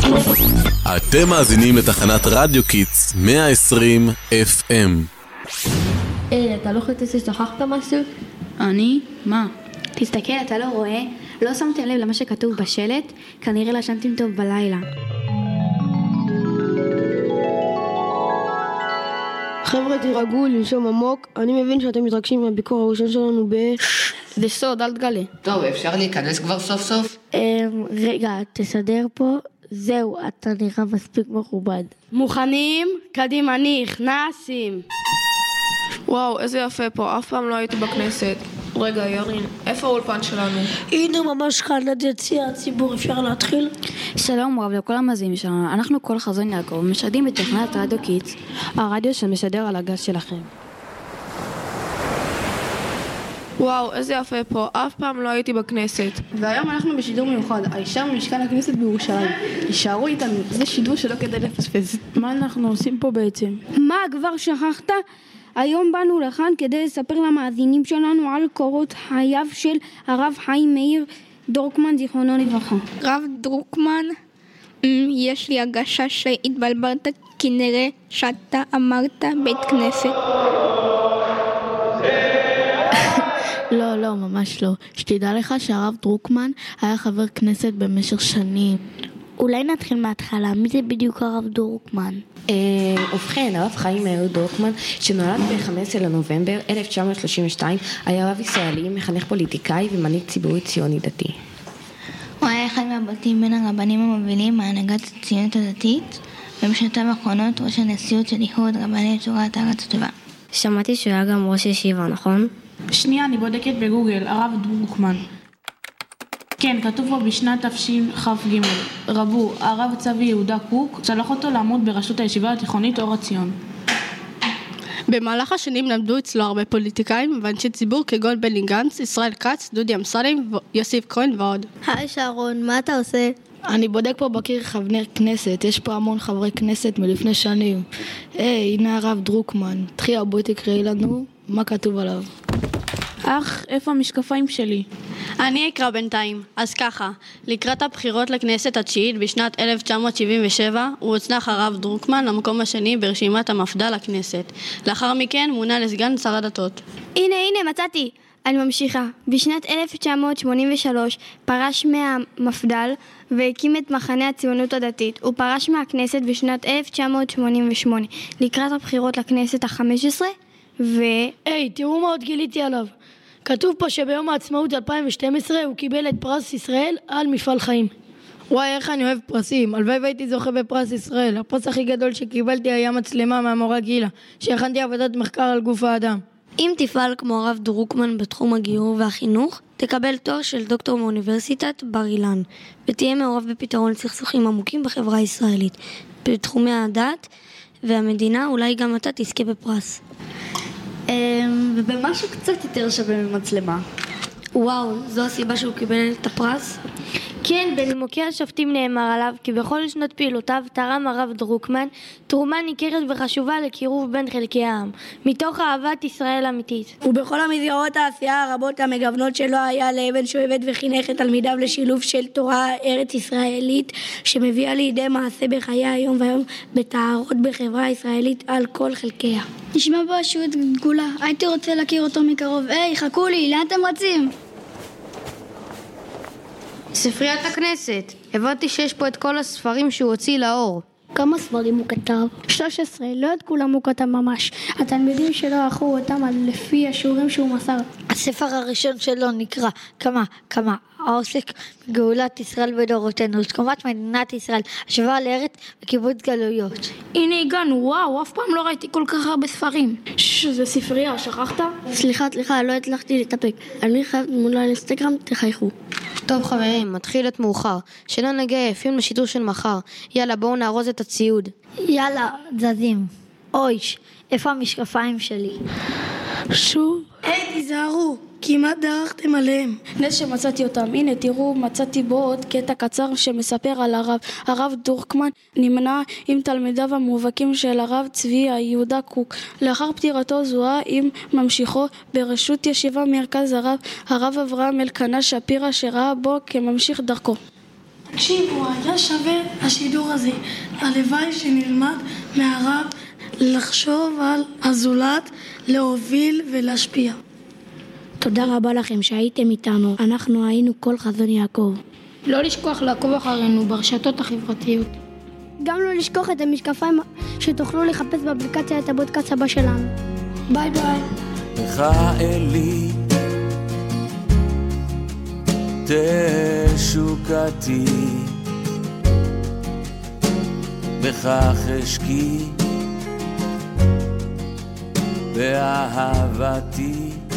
אתם מאזינים לתחנת רדיו קיטס 120 FM. אתה לא חושב ששכחת משהו? אני? מה? תסתכל, אתה לא רואה? לא שמתם לב למה שכתוב בשלט? כנראה לשנתם טוב בלילה. חבר'ה, תירגעו, לנשום עמוק. אני מבין שאתם מתרגשים מהביקור הראשון שלנו זה סוד, אל תגלה. טוב, אפשר להיכנס כבר סוף סוף? רגע, תסדר פה. זהו, אתה נראה מספיק מכובד. מוכנים? קדימה, נכנסים. וואו, איזה יפה פה, אף פעם לא הייתי בכנסת. רגע, ירין, איפה האולפן שלנו? הנה ממש כאן עד יציע הציבור, אפשר להתחיל? שלום רב לכל המאזינים שלנו, אנחנו כל חזון יעקב, משדרים בתחנת רדיו קיטס, הרדיו שמשדר על הגז שלכם. וואו, איזה יפה פה, אף פעם לא הייתי בכנסת. והיום אנחנו בשידור מיוחד, האישה ממשכן הכנסת בירושלים. יישארו איתנו, זה שידור שלא כדאי לפספס. מה אנחנו עושים פה בעצם? מה, כבר שכחת? היום באנו לכאן כדי לספר למאזינים שלנו על קורות חייו של הרב חיים מאיר דרוקמן, זיכרונו לברכה. רב דרוקמן, יש לי הרגשה שהתבלבלת, כנראה שאתה אמרת בית כנסת. לא, ממש לא. שתדע לך שהרב דרוקמן היה חבר כנסת במשך שנים. אולי נתחיל מההתחלה, מי זה בדיוק הרב דרוקמן? ובכן, הרב חיים מאיר דרוקמן, שנולד ב-15 לנובמבר 1932, היה רב ישראלי, מחנך פוליטיקאי ומנהיג ציבורי ציוני דתי. הוא היה אחד מהבולטים בין הרבנים המובילים מהנהגת הציונות הדתית, ובשנותיו האחרונות ראש הנשיאות של איחוד רבני תורת הארץ הטובה. שמעתי שהוא היה גם ראש ישיבה, נכון? שנייה, אני בודקת בגוגל, הרב דרוקמן. כן, כתוב פה בשנת תשכ"ג. רבו, הרב צבי יהודה קוק, שלח אותו לעמוד בראשות הישיבה התיכונית אור עציון. במהלך השנים למדו אצלו הרבה פוליטיקאים ואנשי ציבור כגון בני גנץ, ישראל כץ, דודי אמסלם, יוסיף כהן ועוד. היי שרון, מה אתה עושה? אני בודק פה בקיר חברי כנסת, יש פה המון חברי כנסת מלפני שנים. הנה הרב דרוקמן, תחילה בואי תקראי לנו מה כתוב עליו. איפה המשקפיים שלי? אני אקרא בינתיים. אז ככה, לקראת הבחירות לכנסת התשיעית בשנת 1977 הוא הוצנח הרב דרוקמן למקום השני ברשימת המפד"ל לכנסת. לאחר מכן מונה לסגן שר הדתות. הנה, מצאתי. אני ממשיכה. בשנת 1983 פרש מהמפד"ל והקים את מחנה הציונות הדתית. הוא פרש מהכנסת בשנת 1988 לקראת הבחירות לכנסת ה-15 תראו מה עוד גיליתי עליו. כתוב פה שביום העצמאות 2012 הוא קיבל את פרס ישראל על מפעל חיים. וואי, איך אני אוהב פרסים. הלוואי והייתי זוכה בפרס ישראל. הפרס הכי גדול שקיבלתי היה מצלמה מהמורה גילה, שהכנתי עבודת מחקר על גוף האדם. אם תפעל כמו הרב דרוקמן בתחום הגיור והחינוך, תקבל תואר של דוקטור מאוניברסיטת בר אילן, ותהיה מעורב בפתרון סכסוכים עמוקים בחברה הישראלית. בתחומי הדת והמדינה אולי גם אתה תזכה בפרס. ובמשהו קצת יותר שווה ממצלמה. וואו, זו הסיבה שהוא קיבל את הפרס? כן, בנימוקי השופטים נאמר עליו כי בכל שנות פעילותיו תרם הרב דרוקמן תרומה ניכרת וחשובה לקירוב בין חלקי העם, מתוך אהבת ישראל אמיתית. ובכל המסגרות העשייה הרבות המגוונות שלו היה לאבן שואבת וחינך את תלמידיו לשילוב של תורה ארץ ישראלית שמביאה לידי מעשה בחיי היום והיום בתארות בחברה הישראלית על כל חלקיה. נשמע בו שהוא דגולה, הייתי רוצה להכיר אותו מקרוב. חכו לי, לאן אתם רצים? ספריית הכנסת. הבנתי שיש פה את כל הספרים שהוא הוציא לאור. כמה ספרים הוא כתב? 13, לא את כולם הוא כתב ממש. התלמידים שלו אחו אותם לפי השיעורים שהוא מסר. הספר הראשון שלו נקרא כמה העוסק בגאולת ישראל בדורותינו, תקומת מדינת ישראל, השוואה לארץ וקיבוץ גלויות. הנה הגענו, וואו, אף פעם לא ראיתי כל כך הרבה ספרים. זה ספרייה, שכחת? סליחה, לא הצלחתי להתאפק. אני חייב מול האינסטגרם, תחייכו. טוב חברים, מתחיל את מאוחר. שלא נגיע יפים לשידור של מחר. יאללה, בואו נארוז את הציוד. יאללה, זזים. אויש, איפה המשקפיים שלי? שוב? תיזהרו, כמעט דרכתם עליהם. נס שמצאתי אותם. הנה, תראו, מצאתי בו עוד קטע קצר שמספר על הרב דרוקמן נמנה עם תלמידיו המובהקים של הרב צבי יהודה קוק. לאחר פטירתו זוהה עם ממשיכו בראשות ישיבה מרכז הרב אברהם אלקנה שפירא, שראה בו כממשיך דרכו. תקשיבו, היה שווה השידור הזה. הלוואי שנלמד מהרב לחשוב על הזולת, להוביל ולהשפיע. תודה רבה לכם שהייתם איתנו. אנחנו היינו כל חזון יעקב. לא לשכוח לעקוב אחרינו ברשתות החברתיות. גם לא לשכוח את המשקפיים שתוכלו לחפש באפליקציה את הפודקאסט הבא שלנו. ביי ביי. לך אלי תשוקתי, בכך אשקי באהבתי.